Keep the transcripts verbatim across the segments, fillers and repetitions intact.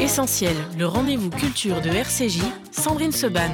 Essentiel, le rendez-vous culture de R C J, Sandrine Seban.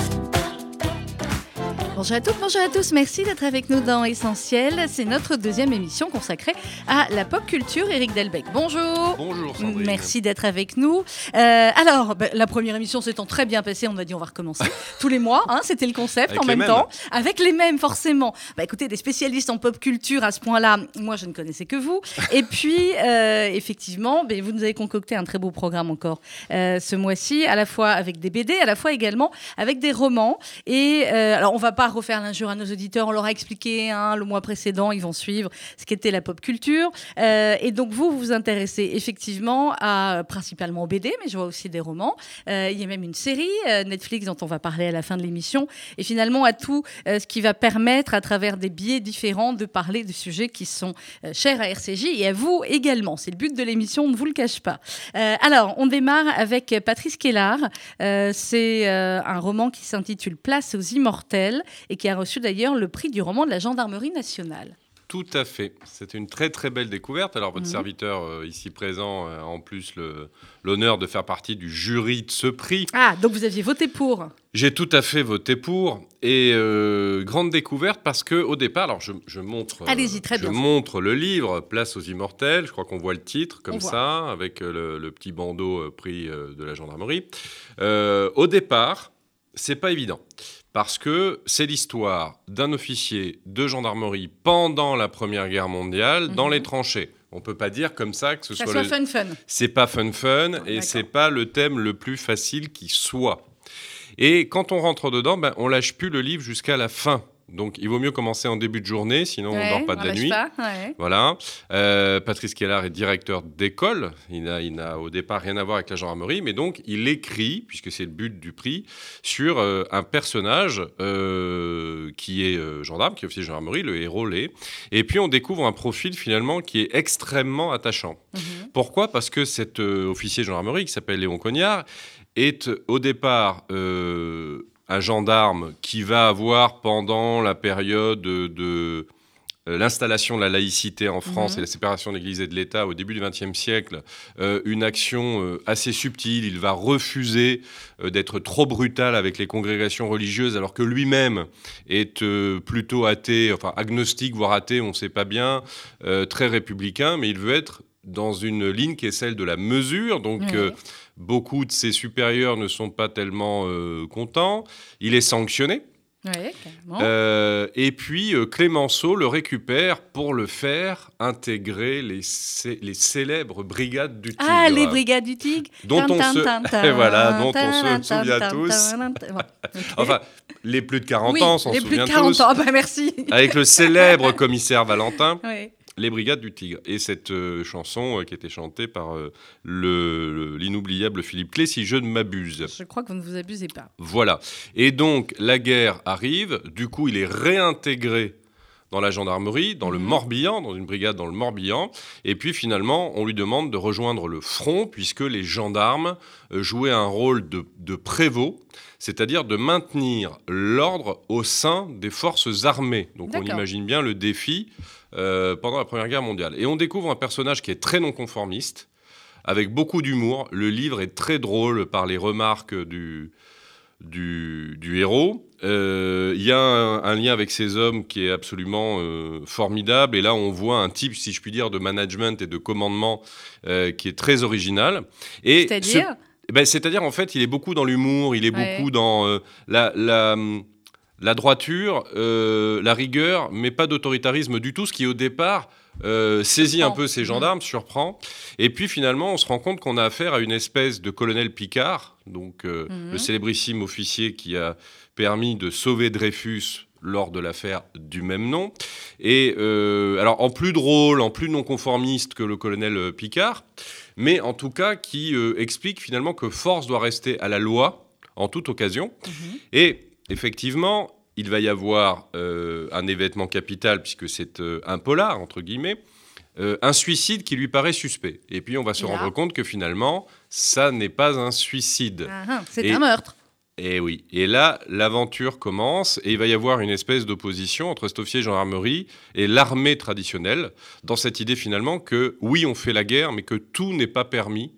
Bonjour à toutes, bonjour à tous, merci d'être avec nous dans Essentiel. C'est notre deuxième émission consacrée à la pop culture. Éric Delbecq, bonjour. Bonjour Sandrine. Merci d'être avec nous. Euh, alors, bah, la première émission s'étant très bien passée, on a dit on va recommencer tous les mois, hein, c'était le concept avec en même mêmes. temps. Avec les mêmes, forcément. Bah, écoutez, des spécialistes en pop culture à ce point-là, moi je ne connaissais que vous. Et puis, euh, effectivement, bah, vous nous avez concocté un très beau programme encore euh, ce mois-ci, à la fois avec des B D, à la fois également avec des romans. Et euh, alors, on va pas refaire l'injure à nos auditeurs, on leur a expliqué hein, le mois précédent, ils vont suivre ce qu'était la pop culture. Euh, et donc vous, vous vous intéressez effectivement à principalement aux B D, mais je vois aussi des romans. Euh, il y a même une série euh, Netflix dont on va parler à la fin de l'émission. Et finalement à tout euh, ce qui va permettre, à travers des biais différents, de parler de sujets qui sont euh, chers à R C J et à vous également. C'est le but de l'émission, on ne vous le cache pas. Euh, alors, on démarre avec Patrice Kéllard. Euh, c'est euh, un roman qui s'intitule Place aux Immortels et qui a reçu d'ailleurs le prix du roman de la Gendarmerie nationale. Tout à fait. C'était une très très belle découverte. Alors votre Mmh. serviteur euh, ici présent a en plus le, l'honneur de faire partie du jury de ce prix. Ah, donc vous aviez voté pour. J'ai tout à fait voté pour. Et euh, grande découverte parce qu'au départ, alors je, je, montre, Allez-y, très je bien. montre le livre Place aux Immortels. Je crois qu'on voit le titre comme On ça, voit. Avec le, le petit bandeau euh, prix euh, de la gendarmerie. Euh, au départ, c'est pas évident. Parce que c'est l'histoire d'un officier de gendarmerie pendant la Première Guerre mondiale, mmh. dans les tranchées. On ne peut pas dire comme ça que ce ça soit... soit le... fun fun. C'est pas fun fun oh, et c'est pas le thème le plus facile qui soit. Et quand on rentre dedans, ben, on lâche plus le livre jusqu'à la fin. Donc, il vaut mieux commencer en début de journée, sinon ouais, on ne dort pas de on la nuit. Pas, ouais. Voilà. Euh, Patrice Kéllard est directeur d'école. Il n'a, il n'a au départ rien à voir avec la gendarmerie, mais donc il écrit, puisque c'est le but du prix, sur euh, un personnage euh, qui est euh, gendarme, qui est officier de gendarmerie, le héros l'est. Et puis on découvre un profil finalement qui est extrêmement attachant. Mm-hmm. Pourquoi ? Parce que cet euh, officier de gendarmerie, qui s'appelle Léon Cognard, est au départ... Euh, un gendarme qui va avoir pendant la période de, de euh, l'installation de la laïcité en France mmh. et la séparation de l'Église et de l'État au début du vingtième siècle, euh, une action euh, assez subtile. Il va refuser euh, d'être trop brutal avec les congrégations religieuses alors que lui-même est euh, plutôt athée, enfin agnostique, voire athée, on ne sait pas bien, euh, très républicain, mais il veut être dans une ligne qui est celle de la mesure, donc mmh. euh, beaucoup de ses supérieurs ne sont pas tellement euh, contents. Il est sanctionné. Oui, carrément. Euh, et puis euh, Clémenceau le récupère pour le faire intégrer les, c- les célèbres brigades du Tigre. Ah, les brigades du Tigre. Dont on se, voilà, dont on se souvient tous. Enfin, les plus de quarante oui, ans s'en les souviennent plus de quarante tous. ans, bah merci. Avec le célèbre commissaire Valentin. Oui. Les Brigades du Tigre. Et cette euh, chanson euh, qui était chantée par euh, le, le, l'inoubliable Philippe Clay, si je ne m'abuse. Je crois que vous ne vous abusez pas. Voilà. Et donc, la guerre arrive. Du coup, il est réintégré dans la gendarmerie, dans mmh. le Morbihan, dans une brigade dans le Morbihan. Et puis, finalement, on lui demande de rejoindre le front, puisque les gendarmes euh, jouaient un rôle de, de prévôt, c'est-à-dire de maintenir l'ordre au sein des forces armées. Donc, D'accord. on imagine bien le défi... Euh, pendant la Première Guerre mondiale. Et on découvre un personnage qui est très non-conformiste, avec beaucoup d'humour. Le livre est très drôle par les remarques du, du, du héros. Il euh, y a un, un lien avec ces hommes qui est absolument euh, formidable. Et là, on voit un type, si je puis dire, de management et de commandement euh, qui est très original. Et C'est-à-dire ce, ben, C'est-à-dire, en fait, il est beaucoup dans l'humour, il est ouais. beaucoup dans euh, la... la La droiture, euh, la rigueur, mais pas d'autoritarisme du tout, ce qui au départ euh, saisit un peu ces gendarmes, mmh. surprend. Et puis finalement, on se rend compte qu'on a affaire à une espèce de colonel Picard, donc euh, mmh. le célébrissime officier qui a permis de sauver Dreyfus lors de l'affaire du même nom. Et euh, alors en plus drôle, en plus non-conformiste que le colonel Picard, mais en tout cas qui euh, explique finalement que force doit rester à la loi en toute occasion. Mmh. Et effectivement, il va y avoir euh, un événement capital, puisque c'est euh, un polar, entre guillemets, euh, un suicide qui lui paraît suspect. Et puis, on va se Là. rendre compte que finalement, ça n'est pas un suicide. Ah, c'est et, un meurtre. Et oui. Et là, l'aventure commence, et il va y avoir une espèce d'opposition entre cet officier de gendarmerie et l'armée traditionnelle, dans cette idée finalement que, oui, on fait la guerre, mais que tout n'est pas permis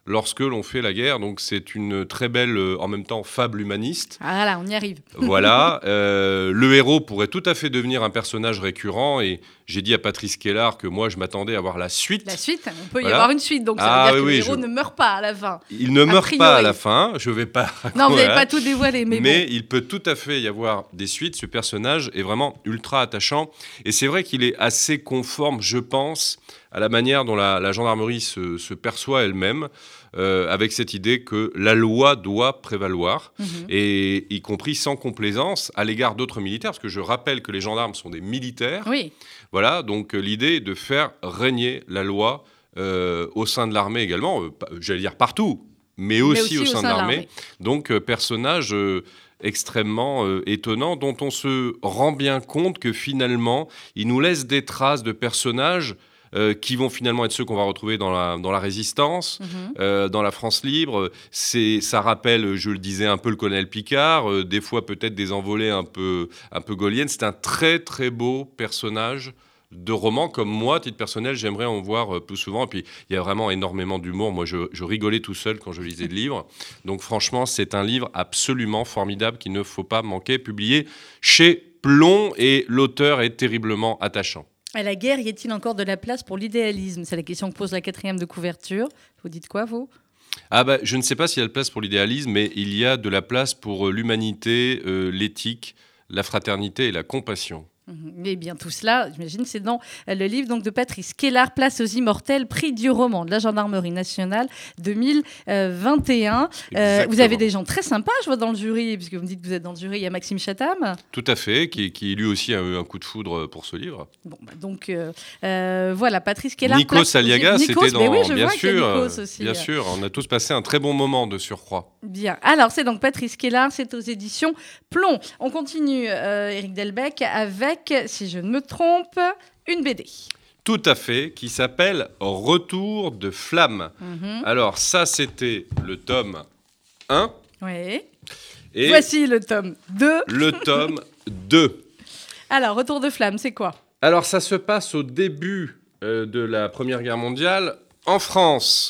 lorsque l'on fait la guerre. Donc c'est une très belle, euh, en même temps, fable humaniste. Ah là, on y arrive. Voilà, euh, le héros pourrait tout à fait devenir un personnage récurrent et j'ai dit à Patrice Kellar que moi je m'attendais à voir la suite. La suite, on peut y Voilà. avoir une suite, donc ça Ah, veut dire oui, que oui, le héros je- ne meurt pas à la fin. Il ne A meurt priori. pas à la fin, je vais pas... Non, vous n'avez Voilà. pas tout dévoilé, mais, Mais bon. il peut tout à fait y avoir des suites. Ce personnage est vraiment ultra attachant. Et c'est vrai qu'il est assez conforme, je pense, à la manière dont la, la gendarmerie se, se perçoit elle-même, euh, avec cette idée que la loi doit prévaloir, Mhm. et y compris sans complaisance à l'égard d'autres militaires, parce que je rappelle que les gendarmes sont des militaires. Oui, Voilà, donc euh, l'idée est de faire régner la loi euh, au sein de l'armée également, euh, pa- j'allais dire partout, mais aussi, mais au sein de l'armée. Donc, euh, personnage euh, extrêmement euh, étonnant, dont on se rend bien compte que finalement, il nous laisse des traces de personnages euh, qui vont finalement être ceux qu'on va retrouver dans la, dans la Résistance, Mhm. euh, dans la France libre. C'est, ça rappelle, je le disais, un peu le colonel Picard, euh, des fois peut-être des envolées un peu, un peu gaulliennes. C'est un très très beau personnage de roman, comme moi, à titre personnel, j'aimerais en voir euh, plus souvent. Et puis, il y a vraiment énormément d'humour. Moi, je, je rigolais tout seul quand je lisais le livre. Donc, franchement, c'est un livre absolument formidable qu'il ne faut pas manquer, publié chez Plomb, et l'auteur est terriblement attachant. À la guerre, y a-t-il encore de la place pour l'idéalisme? C'est la question que pose la quatrième de couverture. Vous dites quoi, vous? Ah bah, je ne sais pas s'il y a de place pour l'idéalisme, mais il y a de la place pour euh, l'humanité, euh, l'éthique, la fraternité et la compassion. Mhm. Eh bien, tout cela, j'imagine, c'est dans euh, le livre donc, de Patrice Kellar, Place aux Immortels, prix du roman de la Gendarmerie nationale deux mille vingt et un. Euh, vous avez des gens très sympas, je vois, dans le jury, puisque vous me dites que vous êtes dans le jury. Il y a Maxime Chatham. Tout à fait, qui, qui lui aussi a eu un coup de foudre pour ce livre. Bon, bah, donc euh, euh, voilà, Patrice Kellar. Nikos Place aux- Aliaga, Nikos, c'était mais dans... oui, je bien vois qu'il y a sûr, Nikos euh, aussi. bien sûr, on a tous passé un très bon moment de surcroît. Bien. Alors, c'est donc Patrice Kellar, c'est aux éditions Plomb. On continue, euh, Éric Delbecq, avec, si je ne me trompe, une B D. Tout à fait, qui s'appelle Retour de flamme. Mhm. Alors ça, c'était le tome un Oui. et Voici le tome deux. le tome deux. Alors, Retour de flamme, c'est quoi? Alors ça se passe au début euh, de la Première Guerre mondiale en France.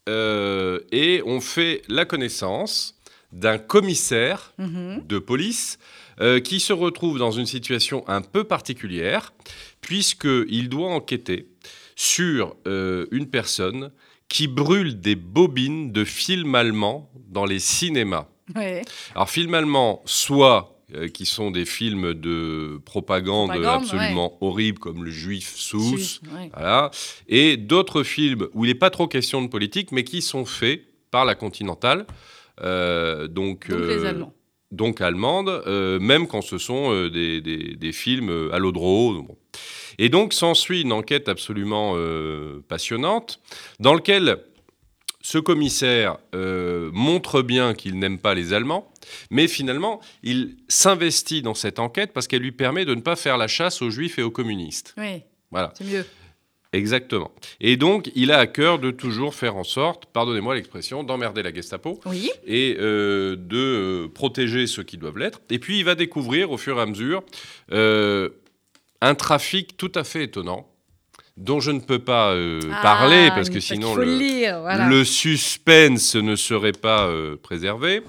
Euh, et on fait la connaissance d'un commissaire Mhm. de police euh, qui se retrouve dans une situation un peu particulière puisqu'il doit enquêter sur euh, une personne qui brûle des bobines de films allemands dans les cinémas. Ouais. Alors, films allemands, soit euh, qui sont des films de propagande, Propagande, absolument horribles, comme Le Juif Sous, Si, ouais. voilà, et d'autres films où il n'est pas trop question de politique, mais qui sont faits par la Continentale, euh, donc, Donc, les euh, Allemands. donc allemande, euh, même quand ce sont euh, des, des- des films euh, à l'eau de Rose. Bon. Et donc s'ensuit une enquête absolument euh, passionnante, dans laquelle ce commissaire euh, montre bien qu'il n'aime pas les Allemands, mais finalement, il s'investit dans cette enquête parce qu'elle lui permet de ne pas faire la chasse aux Juifs et aux communistes. Oui, Voilà, c'est mieux. exactement. Et donc, il a à cœur de toujours faire en sorte, pardonnez-moi l'expression, d'emmerder la Gestapo Oui. et euh, de euh, protéger ceux qui doivent l'être. Et puis, il va découvrir au fur et à mesure euh, un trafic tout à fait étonnant, dont je ne peux pas euh, Ah, parler, parce que il sinon faut le le, lire, voilà. le suspense ne serait pas euh, préservé.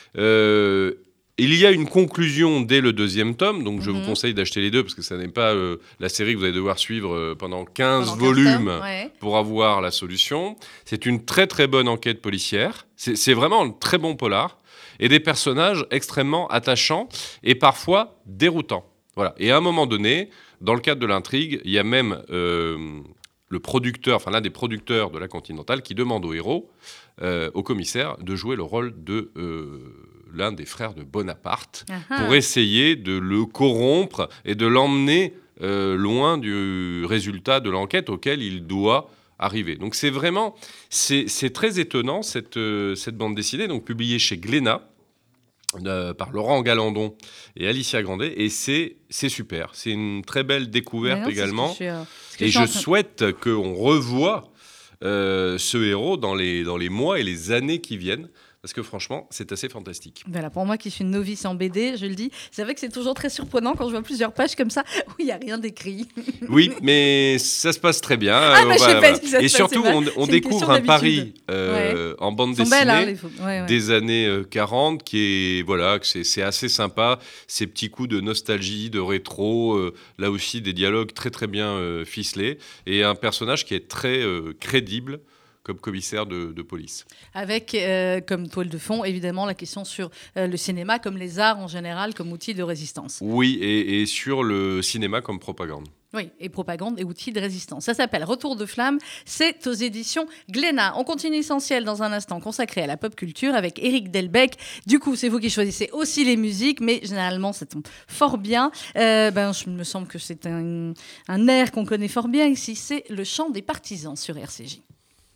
Euh, il y a une conclusion dès le deuxième tome, donc je Mhm. vous conseille d'acheter les deux, parce que ça n'est pas euh, la série que vous allez devoir suivre euh, pendant quinze Pendant quinze volumes tomes, ouais. pour avoir la solution. C'est une très très bonne enquête policière. C'est c'est vraiment un très bon polar. Et des personnages extrêmement attachants et parfois déroutants. Voilà. Et à un moment donné, dans le cadre de l'intrigue, il y a même euh, le producteur, enfin l'un des producteurs de la Continentale, qui demande au héros, euh, au commissaire, de jouer le rôle de euh, l'un des frères de Bonaparte Ah, pour essayer de le corrompre et de l'emmener euh, loin du résultat de l'enquête auquel il doit arriver. Donc c'est vraiment, c'est c'est très étonnant cette, euh, cette bande dessinée, donc publiée chez Glénat, euh, par Laurent Galandon et Alicia Grandet, et c'est c'est super. C'est une très belle découverte mais non, c'est ce que également. je suis, euh, ce que Et suis en je train- souhaite qu'on revoie euh, ce héros dans les, dans les mois et les années qui viennent, parce que franchement, c'est assez fantastique. Voilà, pour moi qui suis une novice en B D, je le dis, c'est vrai que c'est toujours très surprenant quand je vois plusieurs pages comme ça où il n'y a rien d'écrit. Oui, mais ça se passe très bien. Ah, on bah, va, je sais pas voilà. si ça se Et passe, surtout, c'est on, vrai. on C'est une découvre question un Paris d'habitude. euh, en bande Ils sont dessinée belles, hein, les photos. Ouais, ouais. des années euh, quarante qui est, voilà, que c'est, c'est assez sympa. Ces petits coups de nostalgie, de rétro, euh, là aussi des dialogues très très bien euh, ficelés et un personnage qui est très euh, crédible comme commissaire de, de police. Avec euh, comme toile de fond, évidemment, la question sur euh, le cinéma, comme les arts en général, comme outil de résistance. Oui, et, et sur le cinéma comme propagande. Oui, et propagande et outils de résistance. Ça s'appelle Retour de flamme, c'est aux éditions Glénat. On continue Essentiel dans un instant consacré à la pop culture avec Eric Delbecq. Du coup, c'est vous qui choisissez aussi les musiques, mais généralement, ça tombe fort bien. Euh, ben, je me semble que c'est un, un air qu'on connaît fort bien ici, c'est Le Chant des Partisans sur R C J.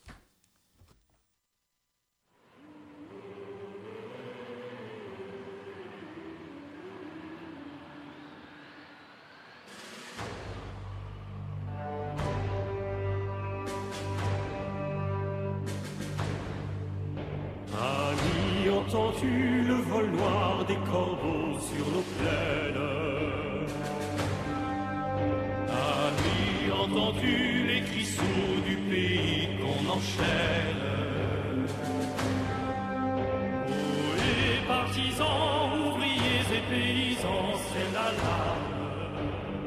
Entends-tu le vol noir des corbeaux sur nos plaines? Ami, entends-tu les cris sourds du pays qu'on enchaîne? Oh, les partisans, ouvriers et paysans, c'est l'alarme.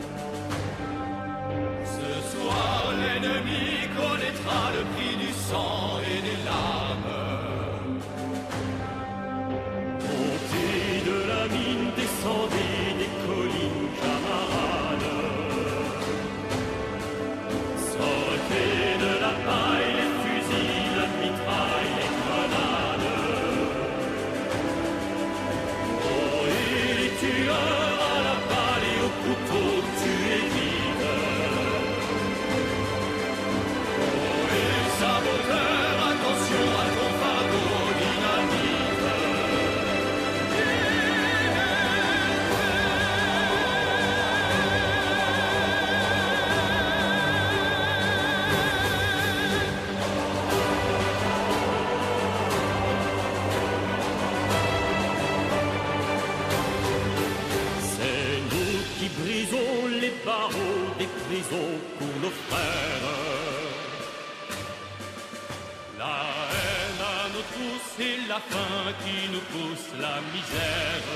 Ce soir, l'ennemi connaîtra le prix du sang et des larmes. Descendez des collines, camarades. Sortez de la paille, les fusils, la mitraille, les grenades. Oh, et les tueurs à la balle et au couteau, tuez vite. Oh, et les saboteurs, attention à ton fardeau dynamite. Brisons les barreaux des prisons pour nos frères. La haine à nous tous et la faim qui nous pousse la misère.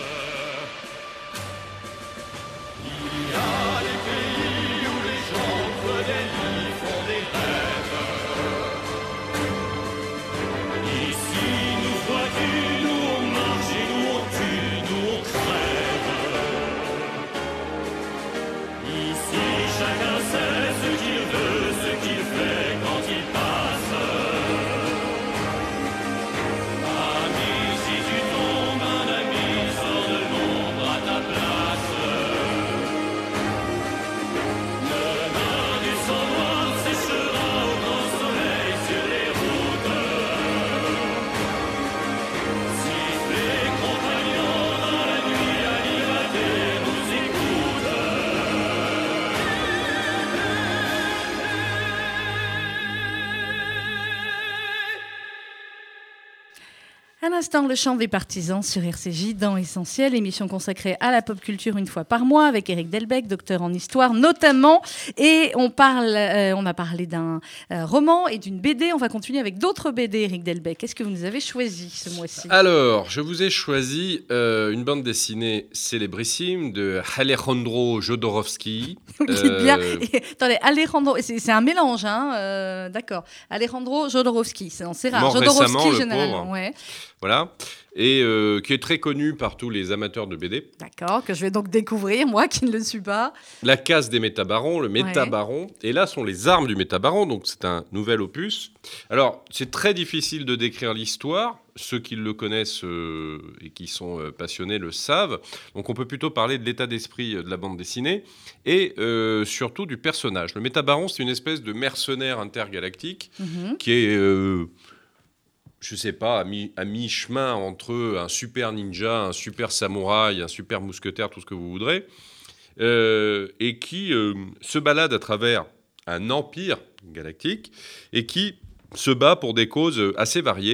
Il y a des pays où les gens creux des lits font des rêves. Ici nous vois-tu, nous on marche et nous on tue, nous on crève. Chacun sait ce qu'il veut, ce qu'il fait quand il passe. Ami, si tu tombes, un ami sort de l'ombre à ta place. Le bain du sang noir séchera au grand soleil sur les routes. Sifflez, compagnons, dans la nuit à l'ivadé nous écoute. À l'instant, le chant des partisans sur R C J dans Essentiel, émission consacrée à la pop culture une fois par mois avec Eric Delbecq, docteur en histoire notamment. Et on, parle, euh, on a parlé d'un euh, roman et d'une B D. On va continuer avec d'autres B D, Eric Delbecq. Qu'est-ce que vous nous avez choisi ce mois-ci ? Alors, je vous ai choisi euh, une bande dessinée célébrissime de Alejandro Jodorowsky. Oui, Euh, bien. Et, attendez, Alejandro, c'est, c'est un mélange, hein, euh, d'accord. Alejandro Jodorowsky, c'est, c'est rare. Mort Jodorowsky, récemment, le généralement, pauvre. ouais. Voilà. Et euh, qui est très connu par tous les amateurs de B D. D'accord, que je vais donc découvrir, moi qui ne le suis pas. La case des métabarons, le métabaron. Et là sont les armes du métabaron, donc c'est un nouvel opus. Alors, c'est très difficile de décrire l'histoire. Ceux qui le connaissent euh, et qui sont euh, passionnés le savent. Donc on peut plutôt parler de l'état d'esprit euh, de la bande dessinée et euh, surtout du personnage. Le métabaron, c'est une espèce de mercenaire intergalactique Mm-hmm. qui est... Euh, je sais pas, à, mi- à mi-chemin entre un super ninja, un super samouraï, un super mousquetaire, tout ce que vous voudrez, euh, et qui euh, se balade à travers un empire galactique et qui se bat pour des causes assez variées.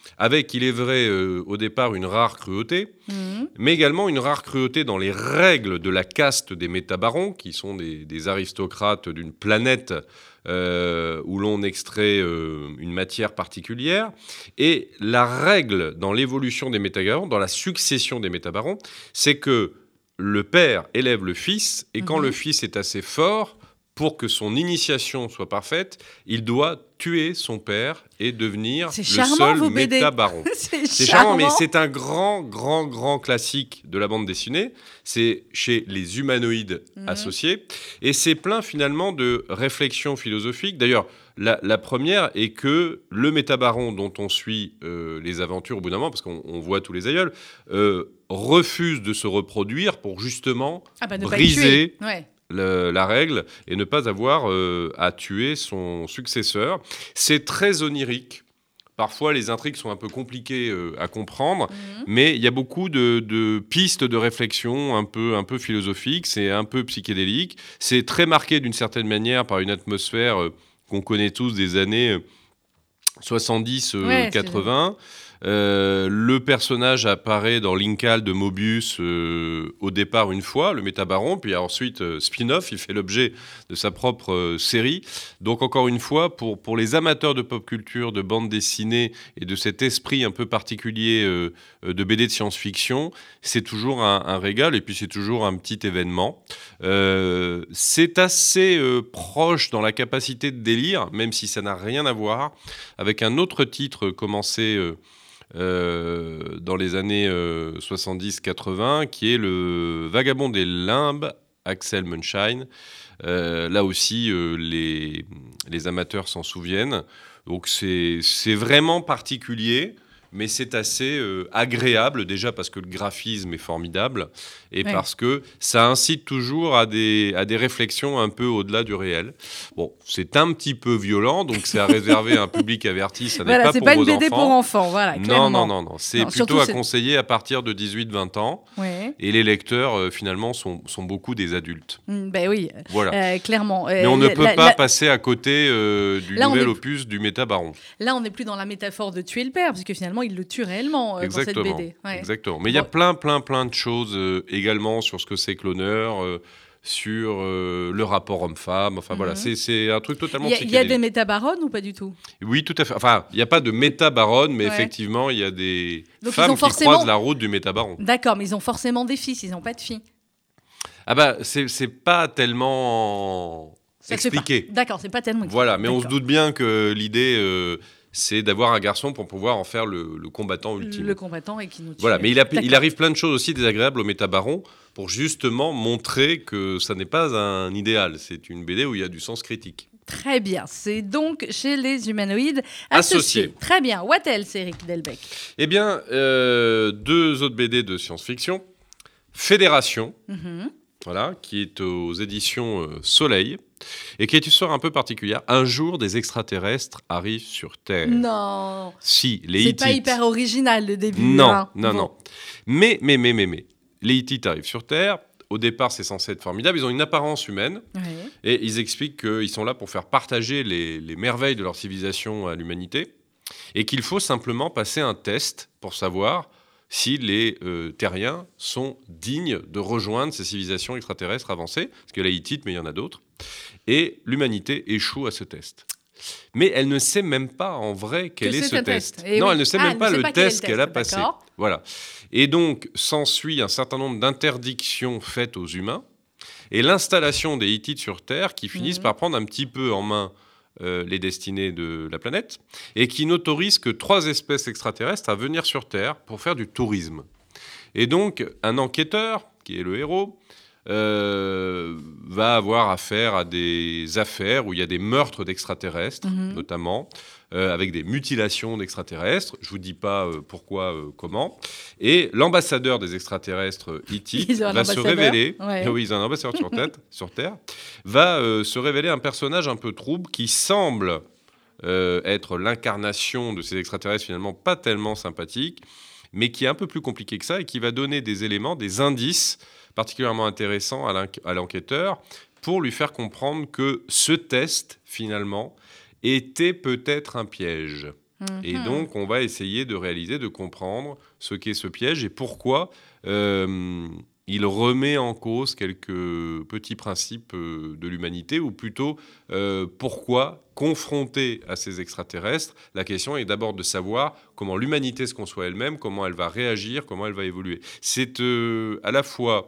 avec, il est vrai, euh, au départ, une rare cruauté, Mhm. mais également une rare cruauté dans les règles de la caste des métabarons, qui sont des, des aristocrates d'une planète euh, où l'on extrait euh, une matière particulière. Et la règle dans l'évolution des métabarons, dans la succession des métabarons, c'est que le père élève le fils, et quand Mhm. le fils est assez fort, pour que son initiation soit parfaite, il doit tuer son père et devenir C'est le charmant, seul vos B D. métabaron. C'est C'est charmant, mais charmant. c'est un grand, grand, grand classique de la bande dessinée. C'est chez les humanoïdes Mhm. associés. Et c'est plein, finalement, de réflexions philosophiques. D'ailleurs, la, la première est que le métabaron dont on suit euh, les aventures au bout d'un moment, parce qu'on on voit tous les aïeuls, euh, refuse de se reproduire pour justement Ah bah, ne pas y briser tuer. Ouais. le- la règle et ne pas avoir euh, à tuer son successeur. C'est très onirique. Parfois, les intrigues sont un peu compliquées euh, à comprendre, Mhm. mais il y a beaucoup de, de pistes de réflexion un peu, un peu philosophiques, c'est un peu psychédélique. C'est très marqué d'une certaine manière par une atmosphère euh, qu'on connaît tous des années euh, soixante-dix Ouais, c'est- quatre-vingts. Euh, le personnage apparaît dans Linkal de Mobius euh, au départ une fois, le métabaron, puis ensuite euh, spin-off, il fait l'objet de sa propre euh, série. Donc encore une fois, pour, pour les amateurs de pop culture, de bande dessinée et de cet esprit un peu particulier euh, euh, de B D de science-fiction, c'est toujours un, un régal et puis c'est toujours un petit événement. Euh, c'est assez euh, proche dans la capacité de délire, même si ça n'a rien à voir, avec un autre titre commencé euh, euh, dans les années euh, soixante-dix quatre-vingts, qui est le Vagabond des Limbes, Axel Munshine. Euh, là aussi, euh, les, les amateurs s'en souviennent. Donc c'est c'est vraiment particulier, mais c'est assez euh, agréable, déjà parce que le graphisme est formidable, et Ouais. parce que ça incite toujours à des, à des réflexions un peu au-delà du réel. Bon, c'est un petit peu violent, donc c'est à réserver à un public averti, ça n'est Voilà, pas c'est pour pas une vos B D enfants. pour enfants, voilà, Non, clairement. non, non, non. C'est Non, plutôt surtout, à c'est- conseiller à partir de dix-huit vingt ans. Ouais. Et les lecteurs, euh, finalement, sont, sont beaucoup des adultes. Mm, ben oui, Voilà. euh, clairement. Mais Euh, on ne la- peut la- pas la- passer à côté euh, du Là, on nouvel est- opus du métabaron. Là, on n'est plus dans la métaphore de tuer le père, parce que finalement, il le tue réellement euh, dans cette Exactement. B D. Ouais. Exactement. Mais il y a Bon. plein, plein, plein de choses euh, également sur ce que c'est que l'honneur, euh, sur euh, le rapport homme-femme. Enfin voilà, Mhm. c'est c'est un truc totalement Il y, a- il y a psychédélique. des métabaronnes ou pas du tout? Oui, tout à fait. Enfin, il n'y a pas de métabaronne, mais Ouais. effectivement, il y a des Donc, ils femmes ont qui forcément- croisent la route du métabaron. D'accord, mais ils ont forcément des fils, ils n'ont pas de filles. Ah bah, c'est c'est pas tellement Ça se fait pas. expliqué. D'accord, c'est pas tellement. Voilà, mais on se D'accord. doute bien que l'idée, euh, c'est d'avoir un garçon pour pouvoir en faire le, le combattant ultime. Le combattant et qui nous tue. Voilà, mais il, a- il D'accord. arrive plein de choses aussi désagréables au métabaron pour justement montrer que ça n'est pas un idéal. C'est une B D où il y a du sens critique. Très bien, c'est donc chez les humanoïdes associés. Associés. Très bien. What else, Eric Delbecq? Eh bien, euh, deux autres B D de science-fiction. Fédération, Mhm. voilà, qui est aux éditions euh, Soleil, et qui est une histoire un peu particulière. Un jour, des extraterrestres arrivent sur Terre. Non, Si, les c'est pas Hittites. hyper original le début. Non, hein. non, Bon. non. Mais, mais, mais, mais, mais, les Hittites arrivent sur Terre. Au départ, c'est censé être formidable. Ils ont une apparence humaine Ouais. et ils expliquent qu'ils sont là pour faire partager les, les merveilles de leur civilisation à l'humanité et qu'il faut simplement passer un test pour savoir si les euh, terriens sont dignes de rejoindre ces civilisations extraterrestres avancées, parce que la Hittite, mais il y en a d'autres. Et l'humanité échoue à ce test. Mais elle ne sait même pas en vrai quel Que est c'est ce un test. test. Eh non, oui. elle ne sait Ah, même elle pas ne sait le pas quel est le test qu'elle a test, passé. d'accord. Voilà. Et donc, s'ensuit un certain nombre d'interdictions faites aux humains et l'installation des Hittites sur Terre qui finissent Mhm. par prendre un petit peu en main euh, les destinées de la planète et qui n'autorisent que trois espèces extraterrestres à venir sur Terre pour faire du tourisme. Et donc, un enquêteur, qui est le héros, euh, va avoir affaire à des affaires où il y a des meurtres d'extraterrestres, Mhm. notamment, euh, avec des mutilations d'extraterrestres. Je ne vous dis pas euh, pourquoi, euh, comment. Et l'ambassadeur des extraterrestres Hittites Ils ont un va se ambassadeur, révéler, ouais. oui, ils ont un ambassadeur sur, tête, sur Terre, va euh, se révéler un personnage un peu trouble qui semble euh, être l'incarnation de ces extraterrestres finalement pas tellement sympathiques, mais qui est un peu plus compliqué que ça et qui va donner des éléments, des indices particulièrement intéressants à l'enq- à l'enquêteur pour lui faire comprendre que ce test, finalement, était peut-être un piège. Et Mhm. donc, on va essayer de réaliser, de comprendre ce qu'est ce piège et pourquoi euh, il remet en cause quelques petits principes euh, de l'humanité, ou plutôt euh, pourquoi, confronté à ces extraterrestres, la question est d'abord de savoir comment l'humanité se conçoit elle-même, comment elle va réagir, comment elle va évoluer. C'est euh, à la fois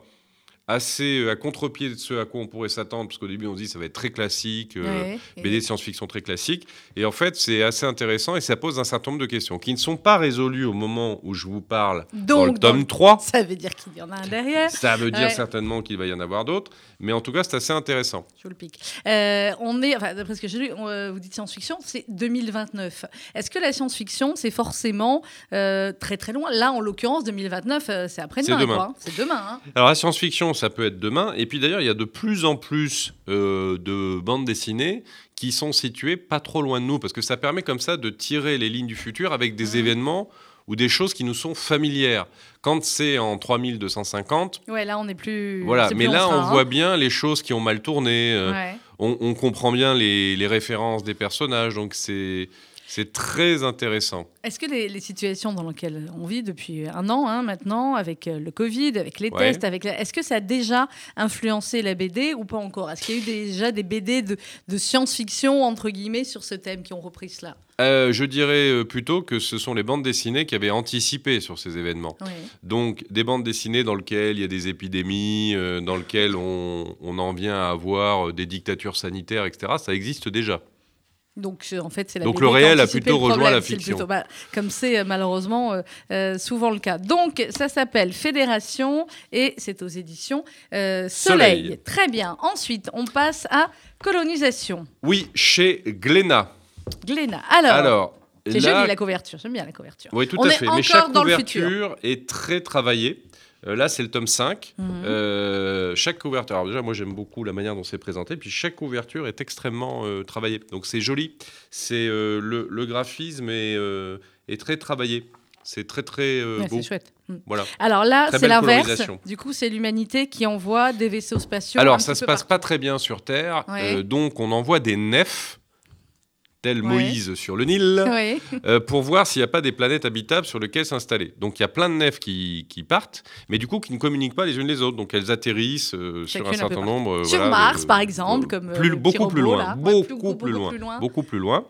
assez euh, à contre-pied de ce à quoi on pourrait s'attendre, parce qu'au début on se dit ça va être très classique, euh, Ouais. Et- B D de science-fiction très classique, et en fait c'est assez intéressant et ça pose un certain nombre de questions qui ne sont pas résolues au moment où je vous parle dans le Donc, dans tome le- trois. Ça veut dire qu'il y en a un derrière. Ça veut dire Ouais. certainement qu'il va y en avoir d'autres, mais en tout cas c'est assez intéressant. Je vous le pique. Euh, on est, enfin, d'après ce que j'ai lu, on, euh, vous dites science-fiction, c'est deux mille vingt-neuf. Est-ce que la science-fiction, c'est forcément euh, très très loin? Là, en l'occurrence, deux mille vingt-neuf, euh, c'est après-demain. C'est demain. quoi. C'est demain. Hein. Alors la science-fiction ça peut être demain, et puis d'ailleurs il y a de plus en plus euh, de bandes dessinées qui sont situées pas trop loin de nous, parce que ça permet comme ça de tirer les lignes du futur avec des Mhm. événements ou des choses qui nous sont familières. Quand c'est en trois mille deux cent cinquante, Ouais, là, on est plus. voilà, c'est mais plus là en train, on hein. voit bien les choses qui ont mal tourné, euh, Ouais. on, on comprend bien les, les références des personnages, donc c'est c'est très intéressant. Est-ce que les, les situations dans lesquelles on vit depuis un an hein, maintenant, avec euh, le Covid, avec les Ouais. tests, avec la- est-ce que ça a déjà influencé la B D ou pas encore? Est-ce qu'il y a eu déjà des B D de, de science-fiction, entre guillemets, sur ce thème qui ont repris cela? Euh, je dirais euh, plutôt que ce sont les bandes dessinées qui avaient anticipé sur ces événements. Oui. Donc des bandes dessinées dans lesquelles il y a des épidémies, euh, dans lesquelles on, on en vient à avoir euh, des dictatures sanitaires, et cetera, ça existe déjà. Donc, euh, en fait, c'est la Donc, B D le qui réel a anticipé plutôt le rejoint problème, la c'est le fiction. plutôt- bah, comme c'est euh, malheureusement euh, euh, souvent le cas. Donc, ça s'appelle Fédération et c'est aux éditions euh, Soleil. Soleil. Très bien. Ensuite, on passe à Colonisation. Oui, chez Glénat. Glénat. Alors, Alors, c'est là- joli la couverture. J'aime bien la couverture. Oui, tout On à est fait. encore Mais chaque dans le futur. couverture est très travaillée. Euh, là, c'est le tome cinq. Mhm. Euh, chaque couverture, alors déjà, moi j'aime beaucoup la manière dont c'est présenté. Puis chaque couverture est extrêmement euh, travaillée. Donc c'est joli. C'est euh, le, le graphisme est, euh, est très travaillé. C'est très très euh, Ouais, beau. c'est chouette. Mm. Voilà. Alors là, Très c'est belle l'inverse. colonisation. Du coup, c'est l'humanité qui envoie des vaisseaux spatiaux. un Alors petit ça se peu passe partout. pas très bien sur Terre. Ouais. Euh, donc on envoie des nefs, tel Ouais. Moïse sur le Nil. Oui. Euh, pour voir s'il n'y a pas des planètes habitables sur lesquelles s'installer. Donc il y a plein de nefs qui, qui partent, mais du coup qui ne communiquent pas les unes les autres. Donc elles atterrissent euh, sur Chacune un un peu certain partout. nombre. euh, Sur voilà, Mars, de- par exemple, de- comme, euh, plus, le beaucoup petit plus robot, loin, là. Ouais, beaucoup, plus- beaucoup plus loin, plus loin. beaucoup plus loin.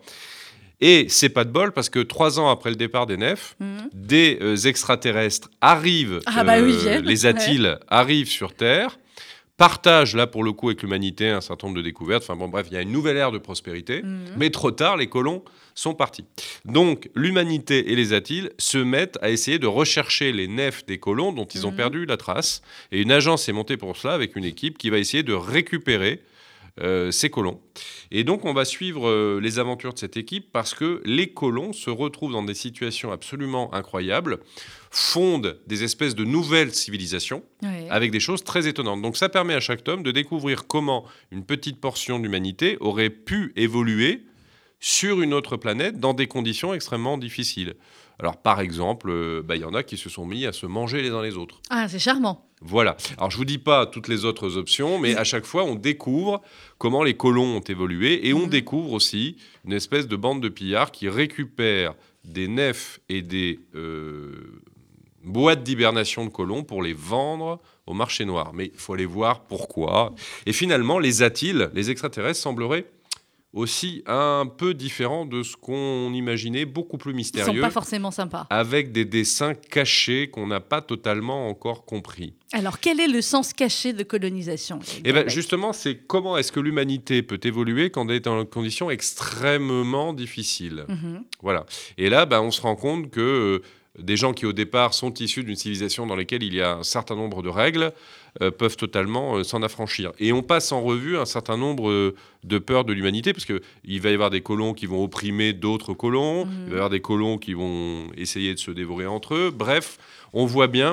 Et c'est pas de bol parce que trois ans après le départ des nefs, Mhm. des euh, extraterrestres arrivent, Ah bah oui, euh, viennent. les Attiles arrivent sur Terre, partagent là pour le coup avec l'humanité un certain nombre de découvertes. Enfin bon, bref, il y a une nouvelle ère de prospérité, Mhm. mais trop tard, les colons sont partis. Donc l'humanité et les Attiles se mettent à essayer de rechercher les nefs des colons dont ils ont Mhm. perdu la trace. Et une agence est montée pour cela avec une équipe qui va essayer de récupérer euh, ces colons. Et donc, on va suivre euh, les aventures de cette équipe parce que les colons se retrouvent dans des situations absolument incroyables, fondent des espèces de nouvelles civilisations Ouais. avec des choses très étonnantes. Donc, ça permet à chaque tome de découvrir comment une petite portion de l'humanité aurait pu évoluer sur une autre planète dans des conditions extrêmement difficiles. Alors, par exemple, euh, bah, il y en a qui se sont mis à se manger les uns les autres. Ah, c'est charmant. Voilà. Alors, je vous dis pas toutes les autres options, mais à chaque fois, on découvre comment les colons ont évolué et on Mhm. découvre aussi une espèce de bande de pillards qui récupèrent des nefs et des euh, boîtes d'hibernation de colons pour les vendre au marché noir. Mais il faut aller voir pourquoi. Et finalement, les Attiles, les extraterrestres, sembleraient aussi un peu différents de ce qu'on imaginait, beaucoup plus Ils sont mystérieux, pas forcément sympas. avec des dessins cachés qu'on n'a pas totalement encore compris. Alors, quel est le sens caché de colonisation? Eh ben, justement, c'est comment est-ce que l'humanité peut évoluer quand elle est dans des conditions extrêmement difficiles. Mhm. Voilà. Et là, ben, on se rend compte que euh, des gens qui, au départ, sont issus d'une civilisation dans laquelle il y a un certain nombre de règles, euh, peuvent totalement euh, s'en affranchir. Et on passe en revue un certain nombre euh, de peurs de l'humanité, parce qu'il va y avoir des colons qui vont opprimer d'autres colons, Mhm. il va y avoir des colons qui vont essayer de se dévorer entre eux. Bref, on voit bien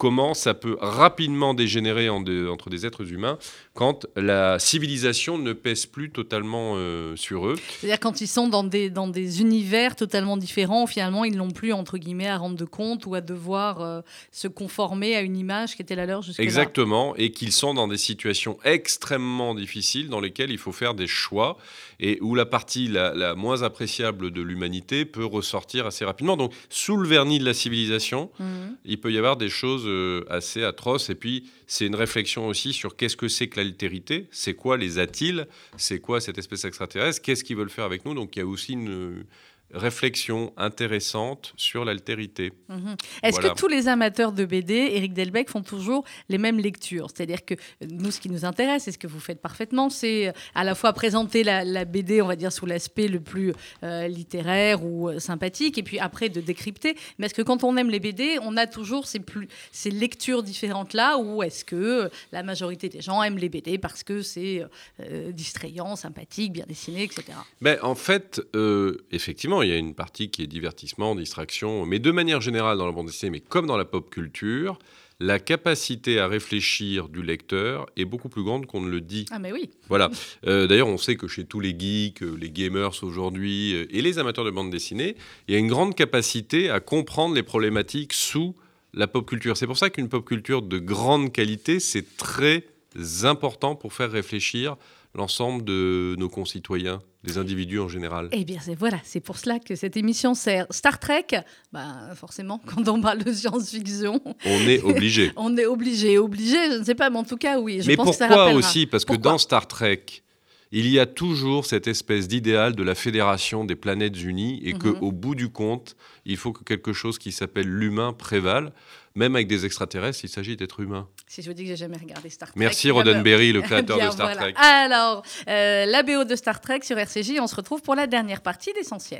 comment ça peut rapidement dégénérer en de, entre des êtres humains quand la civilisation ne pèse plus totalement euh, sur eux. C'est-à-dire quand ils sont dans des, dans des univers totalement différents, finalement, ils n'ont plus, entre guillemets, à rendre de compte ou à devoir euh, se conformer à une image qui était la leur jusque-là. Exactement, et qu'ils sont dans des situations extrêmement difficiles dans lesquelles il faut faire des choix et où la partie la, la moins appréciable de l'humanité peut ressortir assez rapidement. Donc, sous le vernis de la civilisation, mmh. il peut y avoir des choses euh, assez atroces. Et puis, c'est une réflexion aussi sur qu'est-ce que c'est que l'altérité, c'est quoi les Attiles, c'est quoi cette espèce extraterrestre, qu'est-ce qu'ils veulent faire avec nous. Donc, il y a aussi une réflexion intéressante sur l'altérité. Mmh. Est-ce voilà. que tous les amateurs de B D, Éric Delbecq, font toujours les mêmes lectures ? C'est-à-dire que nous, ce qui nous intéresse, et ce que vous faites parfaitement, c'est à la fois présenter la, la B D, on va dire, sous l'aspect le plus euh, littéraire ou euh, sympathique, et puis après de décrypter. Mais est-ce que quand on aime les B D, on a toujours ces, plus, ces lectures différentes-là, ou est-ce que la majorité des gens aiment les B D parce que c'est euh, distrayant, sympathique, bien dessiné, et cetera. Ben, en fait, euh, effectivement, il y a une partie qui est divertissement, distraction, mais de manière générale dans la bande dessinée, mais comme dans la pop culture, la capacité à réfléchir du lecteur est beaucoup plus grande qu'on ne le dit. Ah mais oui. Voilà. Euh, d'ailleurs, on sait que chez tous les geeks, les gamers aujourd'hui euh, et les amateurs de bande dessinée, il y a une grande capacité à comprendre les problématiques sous la pop culture. C'est pour ça qu'une pop culture de grande qualité, c'est très important pour faire réfléchir l'ensemble de nos concitoyens, des individus en général. Eh bien, c'est, voilà, c'est pour cela que cette émission sert. Star Trek, ben, forcément, quand on parle de science-fiction... On est obligé. on est obligé, obligé, je ne sais pas, mais en tout cas, oui. Je mais pense pourquoi que ça rappellera. aussi ? Parce pourquoi que dans Star Trek, il y a toujours cette espèce d'idéal de la Fédération des planètes unies et mm-hmm. qu'au bout du compte, il faut que quelque chose qui s'appelle l'humain prévale. Même avec des extraterrestres, il s'agit d'êtres humains. Si je vous dis que j'ai jamais regardé Star Trek. Merci Roddenberry, le créateur bien, de Star voilà. Trek. Alors, euh, la B O de Star Trek sur R C J, on se retrouve pour la dernière partie d'Essentiel.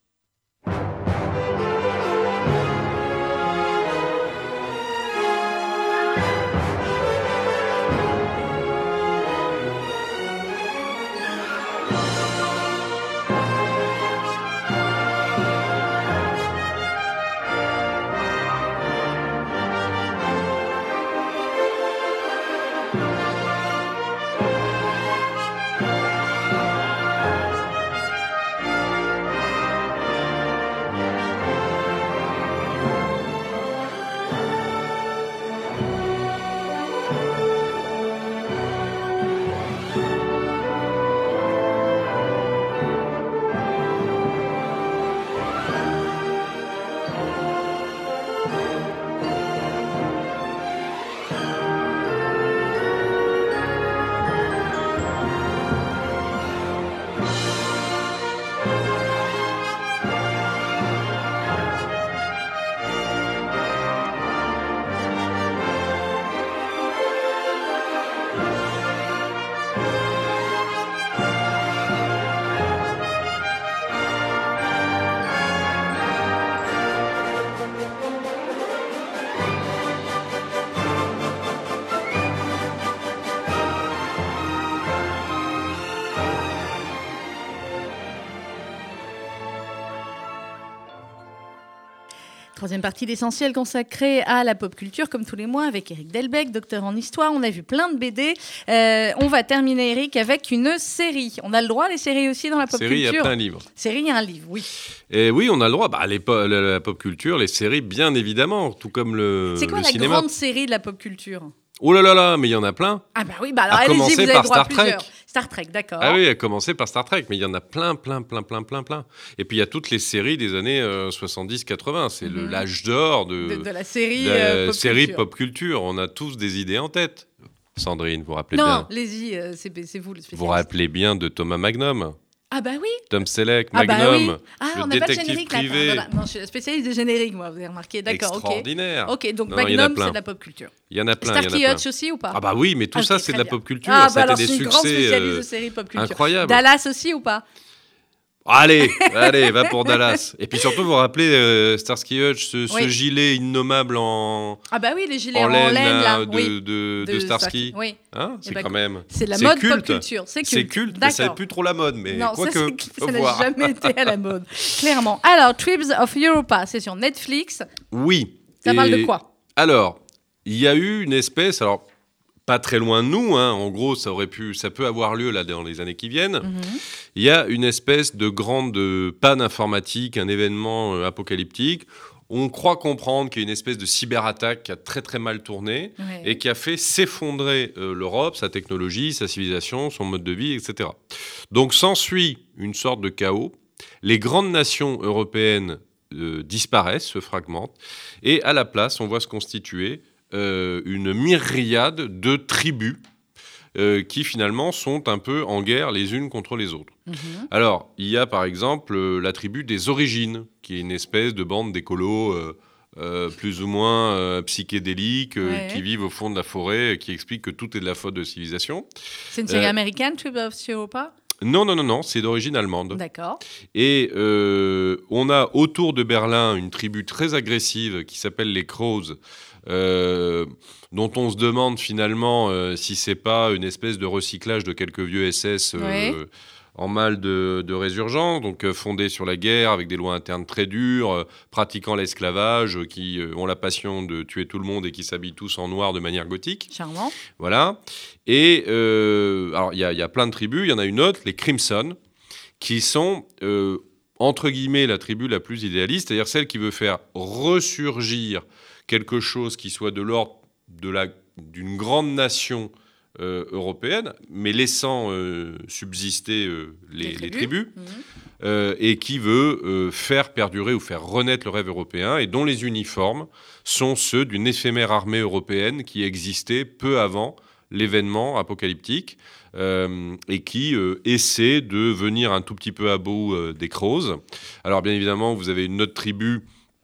Troisième partie d'Essentiel consacrée à la pop culture, comme tous les mois, avec Éric Delbecq, docteur en histoire. On a vu plein de B D. Euh, on va terminer, Éric, avec une série. On a le droit, les séries aussi, dans la pop série, culture. Série, il y a plein de livres. Série, il y a un livre, oui. Et oui, on a le droit. Bah, les po- la, la pop culture, les séries, bien évidemment, tout comme le C'est quoi le la cinéma. grande série de la pop culture ? Oh là là là, mais il y en a plein. Ah bah oui, bah alors à allez-y, commencer vous avez par droit à Star Trek. plusieurs. Star Trek, d'accord. Ah oui, à commencer par Star Trek, mais il y en a plein, plein, plein, plein, plein, plein, plein. Et puis il y a toutes les séries des années euh, soixante-dix quatre-vingts. C'est mm-hmm. le, l'âge d'or de, de, de la série, de la euh, pop, série culture. pop culture. On a tous des idées en tête. Sandrine, vous rappelez non, bien. Non, allez-y, euh, c'est, c'est vous le spécialiste. Vous rappelez bien de Thomas Magnum. Ah bah oui. Tom Selleck, ah Magnum, bah oui. ah, le on n'a pas de détective générique privé. là. Voilà. Non, je suis spécialiste de générique, moi, vous avez remarqué. D'accord, extraordinaire. ok. Ok, donc non, Magnum, c'est de la pop culture. Il y en a plein. Starkey Hutch aussi ou pas? Ah bah oui, mais tout ah, ça, okay, c'est de la bien. pop culture. Ah ça bah a alors, été des c'est une grande succès spécialiste euh, de série pop culture. Incroyable. Dallas aussi ou pas? Allez, allez, va pour Dallas. Et puis surtout, vous vous rappelez euh, Starsky Hutch, ce, oui. ce gilet innommable en. Ah bah oui, les gilets en en laine, laine là, de, oui. de, de, de, de Starsky. Oui. Hein, c'est bah, quand même. C'est de la c'est mode culte. pop culture. C'est culte. C'est culte, mais ça n'est plus trop la mode. Mais non, quoi ça, que, c'est, ça n'a jamais été à la mode. Clairement. Alors, Tribes of Europa, c'est sur Netflix. Oui. Ça Et parle de quoi? Alors, il y a eu une espèce, alors pas très loin de nous, hein, en gros, ça aurait pu, ça peut avoir lieu là dans les années qui viennent. Mhm. Il y a une espèce de grande euh, panne informatique, un événement euh, apocalyptique. On croit comprendre qu'il y a une espèce de cyberattaque qui a très très mal tourné Ouais. et qui a fait s'effondrer euh, l'Europe, sa technologie, sa civilisation, son mode de vie, et cetera. Donc s'ensuit une sorte de chaos. Les grandes nations européennes euh, disparaissent, se fragmentent, et à la place, on voit se constituer euh, une myriade de tribus euh, qui finalement sont un peu en guerre les unes contre les autres. Mhm. Alors, il y a par exemple euh, la tribu des Origines, qui est une espèce de bande d'écolos euh, euh, plus ou moins euh, psychédéliques, euh, Ouais. qui vivent au fond de la forêt, euh, qui expliquent que tout est de la faute de civilisation. C'est une série Euh, américaine, Trip of Europa. Non, non, non, non, c'est d'origine allemande. D'accord. Et euh, on a autour de Berlin une tribu très agressive qui s'appelle les Crows, euh, dont on se demande finalement euh, si c'est pas une espèce de recyclage de quelques vieux S S euh, Ouais. en mal de, de résurgence, donc euh, fondés sur la guerre, avec des lois internes très dures, euh, pratiquant l'esclavage, euh, qui euh, ont la passion de tuer tout le monde et qui s'habillent tous en noir de manière gothique. Charmant. Voilà. Et euh, alors, il y, a- il y a plein de tribus. Il y en a une autre, les Crimson, qui sont, euh, entre guillemets, la tribu la plus idéaliste, c'est-à-dire celle qui veut faire ressurgir quelque chose qui soit de l'ordre de la, d'une grande nation euh, européenne, mais laissant euh, subsister euh, les, les tribus, Mhm. euh, et qui veut euh, faire perdurer ou faire renaître le rêve européen, et dont les uniformes sont ceux d'une éphémère armée européenne qui existait peu avant l'événement apocalyptique, euh, et qui euh, essaie de venir un tout petit peu à bout euh, des Crows. Alors bien évidemment, vous avez une autre tribu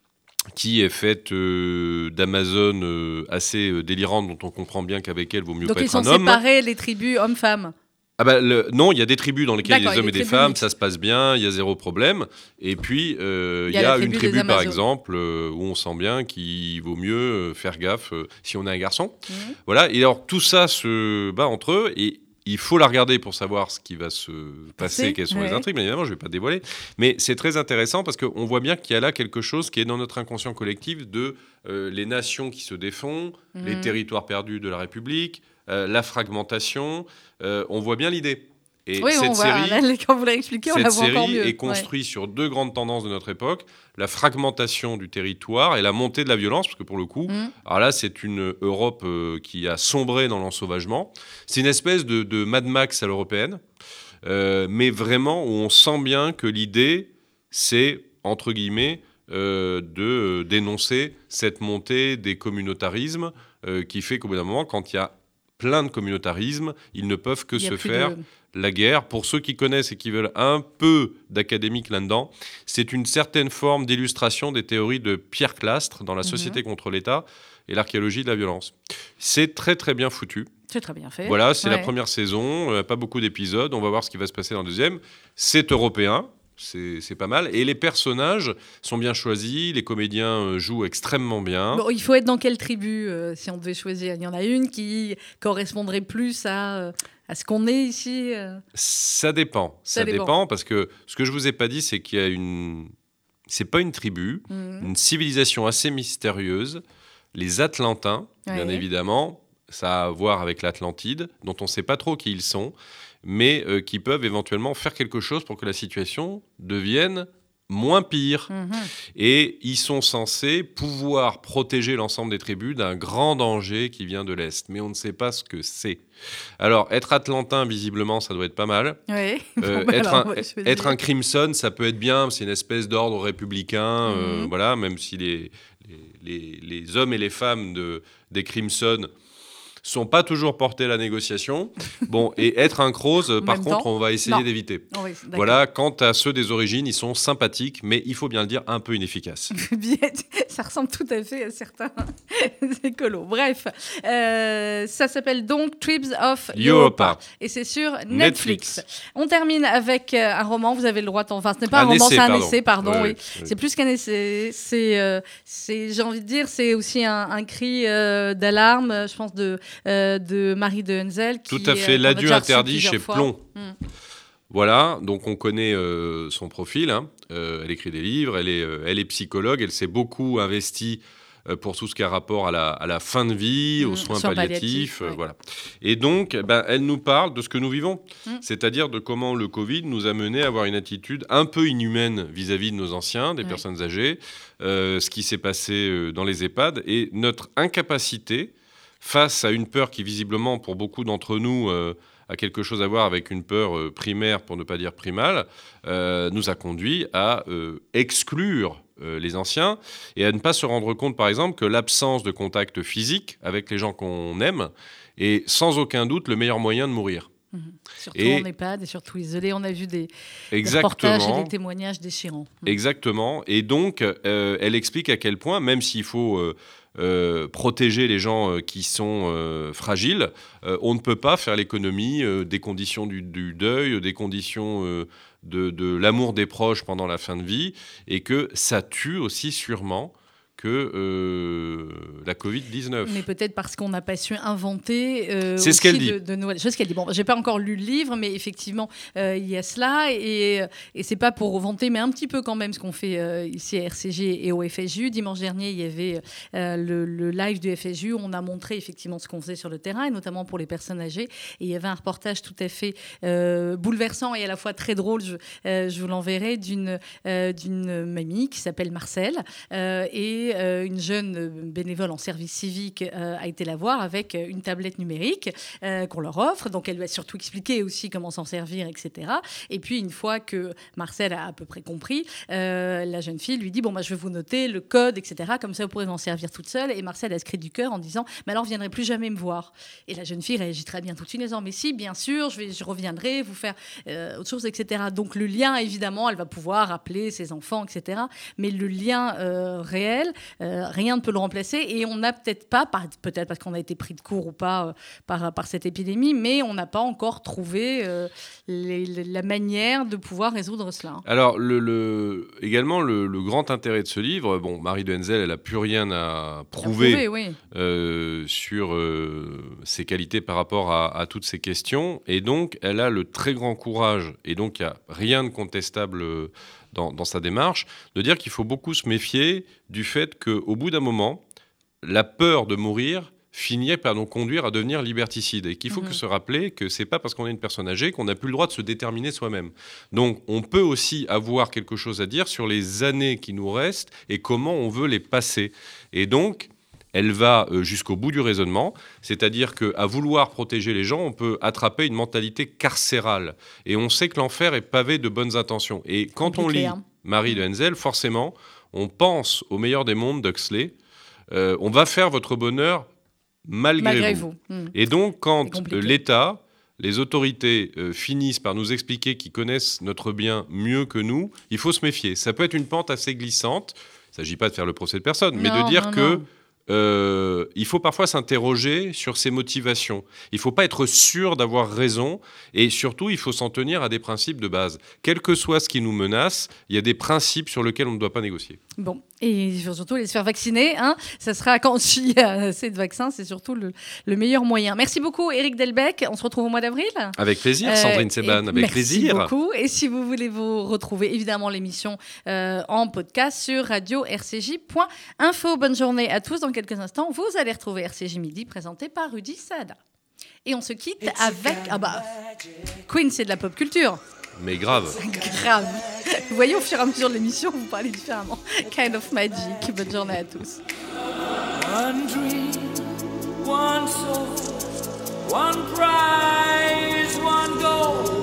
qui est faite euh, d'Amazon euh, assez euh, délirante, dont on comprend bien qu'avec elle, vaut mieux Donc pas ils être sont un homme. séparés, les tribus hommes-femmes. Ah bah, le- non, il y a des tribus dans lesquelles il y a D'accord, des hommes il y et a des des tribus femmes, mixtes. ça se passe bien, il y a zéro problème. Et puis, euh, il y a, la une tribu tribu, des par Amazones. exemple, euh, où on sent bien qu'il vaut mieux euh, faire gaffe euh, si on est un garçon. Mhm. Voilà, et alors tout ça se bat entre eux, et il faut la regarder pour savoir ce qui va se passer, Passer, quelles sont les ouais. intrigues. Bien évidemment, je ne vais pas dévoiler. Mais c'est très intéressant parce qu'on voit bien qu'il y a là quelque chose qui est dans notre inconscient collectif de euh, les nations qui se défont, Mhm. les territoires perdus de la République, euh, la fragmentation. Euh, on voit bien l'idée. Et Oui, cette on voit, série, là, quand vous l'avez expliqué, on la cette voit encore série mieux. est construite sur deux grandes tendances de notre époque, la fragmentation du territoire et la montée de la violence, parce que pour le coup, Ouais. Mhm. alors là, c'est une Europe euh, qui a sombré dans l'ensauvagement. C'est une espèce de, de Mad Max à l'européenne, euh, mais vraiment où on sent bien que l'idée, c'est, entre guillemets, euh, de euh, dénoncer cette montée des communautarismes euh, qui fait qu'au bout d'un moment, quand il y a plein de communautarismes, ils ne peuvent que Il y a se plus faire de- la guerre. Pour ceux qui connaissent et qui veulent un peu d'académique là-dedans, c'est une certaine forme d'illustration des théories de Pierre Clastre dans La société contre l'État et l'archéologie de la violence. C'est très très bien foutu. C'est très bien fait. Voilà, c'est la Ouais. première saison, euh, pas beaucoup d'épisodes, on va voir ce qui va se passer dans la deuxième. C'est européen, c'est c'est pas mal. Et les personnages sont bien choisis, les comédiens euh, jouent extrêmement bien. Bon, il faut être dans quelle tribu euh, si on devait choisir? Il y en a une qui correspondrait plus à, euh, à ce qu'on est ici. euh. Ça dépend, ça, Ça dépend. dépend. parce que ce que je vous ai pas dit, c'est qu'il y a une... C'est pas une tribu, Mhm. une civilisation assez mystérieuse, les Atlantins, bien Ouais. évidemment, ça a à voir avec l'Atlantide, dont on ne sait pas trop qui ils sont, mais euh, qui peuvent éventuellement faire quelque chose pour que la situation devienne moins pire. Mhm. Et ils sont censés pouvoir protéger l'ensemble des tribus d'un grand danger qui vient de l'Est, mais on ne sait pas ce que c'est. Alors, être Atlantin, visiblement, ça doit être pas mal. Ouais. Euh, Bon, bah être, alors, un, ouais, je vais être dire. un Crimson, ça peut être bien, c'est une espèce d'ordre républicain, euh, Mhm. voilà, même si les, les, les- les hommes et les femmes de, des Crimson sont pas toujours portés à la négociation. Bon, et être un Crows, euh, En par même contre, temps, on va essayer non. d'éviter. Oh oui, d'accord. Voilà, quant à ceux des origines, ils sont sympathiques, mais il faut bien le dire, un peu inefficaces. Bien, ça ressemble tout à fait à certains écolos. Bref, euh, ça s'appelle donc Tribes of Europa. Europa. Et c'est sur Netflix. Netflix. On termine avec euh, un roman, vous avez le droit de... Enfin, ce n'est pas un, Un roman, essai, c'est un pardon. essai, pardon, Ouais, oui. ouais. C'est plus qu'un essai. C'est, euh, c'est, j'ai envie de dire, c'est aussi un, un cri euh, d'alarme, euh, je pense, de, euh, de Marie de Henzel. Qui, Tout à fait, euh, qu'on a l'adieu déjà reçu interdit plusieurs chez fois. Plomb. Mm. Voilà, donc on connaît euh, son profil. hein. Euh, elle écrit des livres, elle est, euh, elle est psychologue, elle s'est beaucoup investie euh, pour tout ce qui a rapport à la, à la fin de vie, Mmh, aux soins soins palliatifs. palliatifs, euh, ouais. voilà. Et donc, ben, elle nous parle de ce que nous vivons, Mmh. c'est-à-dire de comment le Covid nous a mené à avoir une attitude un peu inhumaine vis-à-vis de nos anciens, des Ouais. personnes âgées, euh, ce qui s'est passé euh, dans les EHPAD, et notre incapacité face à une peur qui, visiblement, pour beaucoup d'entre nous, euh, a quelque chose à voir avec une peur euh, primaire, pour ne pas dire primale, euh, nous a conduit à euh, exclure euh, les anciens et à ne pas se rendre compte, par exemple, que l'absence de contact physique avec les gens qu'on aime est sans aucun doute le meilleur moyen de mourir. Mmh. Surtout Et- en EHPAD et surtout isolé. On a vu des, des reportages et Exactement. des témoignages déchirants. Mmh. Exactement. Et donc, euh, elle explique à quel point, même s'il faut euh, euh, protéger les gens euh, qui sont euh, fragiles, euh, on ne peut pas faire l'économie euh, des conditions du, du deuil, des conditions euh, de, de l'amour des proches pendant la fin de vie, et que ça tue aussi sûrement que euh, la covid dix-neuf. Mais peut-être parce qu'on n'a pas su inventer euh, C'est ce aussi qu'elle dit. de, de nouvelles choses qu'elle dit. Bon, j'ai pas encore lu le livre, mais effectivement, euh, il y a cela. Et, et c'est pas pour vanter, mais un petit peu quand même ce qu'on fait euh, ici à R C G et au F S J U. Dimanche dernier, il y avait euh, le, le live du F S J U. On a montré effectivement ce qu'on faisait sur le terrain, et notamment pour les personnes âgées. Et il y avait un reportage tout à fait euh, bouleversant et à la fois très drôle. Je, euh, je vous l'enverrai d'une euh, d'une mamie qui s'appelle Marcel euh, et euh, une jeune bénévole en service civique euh, a été la voir avec une tablette numérique euh, qu'on leur offre. Donc, elle lui a surtout expliqué aussi comment s'en servir, et cetera. Et puis, une fois que Marcel a à peu près compris, euh, la jeune fille lui dit « Bon, bah, je vais vous noter le code, et cetera. Comme ça, vous pourrez m'en servir toute seule. » Et Marcel a ce cri du cœur en disant « Mais alors, vous ne viendrez plus jamais me voir. » Et la jeune fille réagit très bien tout de suite en disant « Mais si, bien sûr, je, vais, je reviendrai vous faire euh, autre chose, et cetera. » Donc, le lien, évidemment, elle va pouvoir appeler ses enfants, et cetera. Mais le lien euh, réel, euh, rien ne peut le remplacer. Et on n'a peut-être pas, par- peut-être parce qu'on a été pris de court ou pas euh, par, par cette épidémie, mais on n'a pas encore trouvé euh, les- les- la manière de pouvoir résoudre cela. Alors, le, le- également, le, le grand intérêt de ce livre, bon, Marie de Henzel, elle n'a plus rien à prouver, Prouvé, oui. euh, sur euh, ses qualités par rapport à, à toutes ces questions. Et donc, elle a le très grand courage, et donc il n'y a rien de contestable euh, dans, dans sa démarche, de dire qu'il faut beaucoup se méfier du fait qu'au bout d'un moment, la peur de mourir finit par nous conduire à devenir liberticide. Et qu'il faut Mhm. que se rappeler que c'est pas parce qu'on est une personne âgée qu'on n'a plus le droit de se déterminer soi-même. Donc, on peut aussi avoir quelque chose à dire sur les années qui nous restent et comment on veut les passer. Et donc, elle va euh, jusqu'au bout du raisonnement, c'est-à-dire qu'à vouloir protéger les gens, on peut attraper une mentalité carcérale. Et on sait que l'enfer est pavé de bonnes intentions. Et quand on Compliqué, lit hein. Marie de Henzel, forcément, on pense au meilleur des mondes d'Huxley. Euh, on va faire votre bonheur malgré, Malgré vous. vous. Mm. Et donc, C'est quand compliqué. euh, l'État, les autorités euh, finissent par nous expliquer qu'ils connaissent notre bien mieux que nous, il faut se méfier. Ça peut être une pente assez glissante. Il ne s'agit pas de faire le procès de personne, mais Non, de dire non, que non. euh, il faut parfois s'interroger sur ses motivations. Il ne faut pas être sûr d'avoir raison, et surtout, il faut s'en tenir à des principes de base. Quel que soit ce qui nous menace, il y a des principes sur lesquels on ne doit pas négocier. Bon, et il faut surtout aller se faire vacciner. Hein. Ça sera quand il y a assez de vaccins, c'est surtout le, le meilleur moyen. Merci beaucoup, Éric Delbecq. On se retrouve au mois d'avril. Avec plaisir, Euh, Sandrine et Seban, avec merci plaisir. beaucoup. Et si vous voulez vous retrouver, évidemment, l'émission euh, en podcast sur radio r c j point info. Bonne journée à tous. Dans quelques instants, vous allez retrouver R C J Midi, présenté par Rudy Saada. Et on se quitte avec... Ah bah, Queen, c'est de la pop culture. Mais grave. Grave. Vous voyez, au fur et à mesure de l'émission, vous parlez différemment. Kind of Magic. Bonne journée à tous. One dream, one soul, one prize, one goal.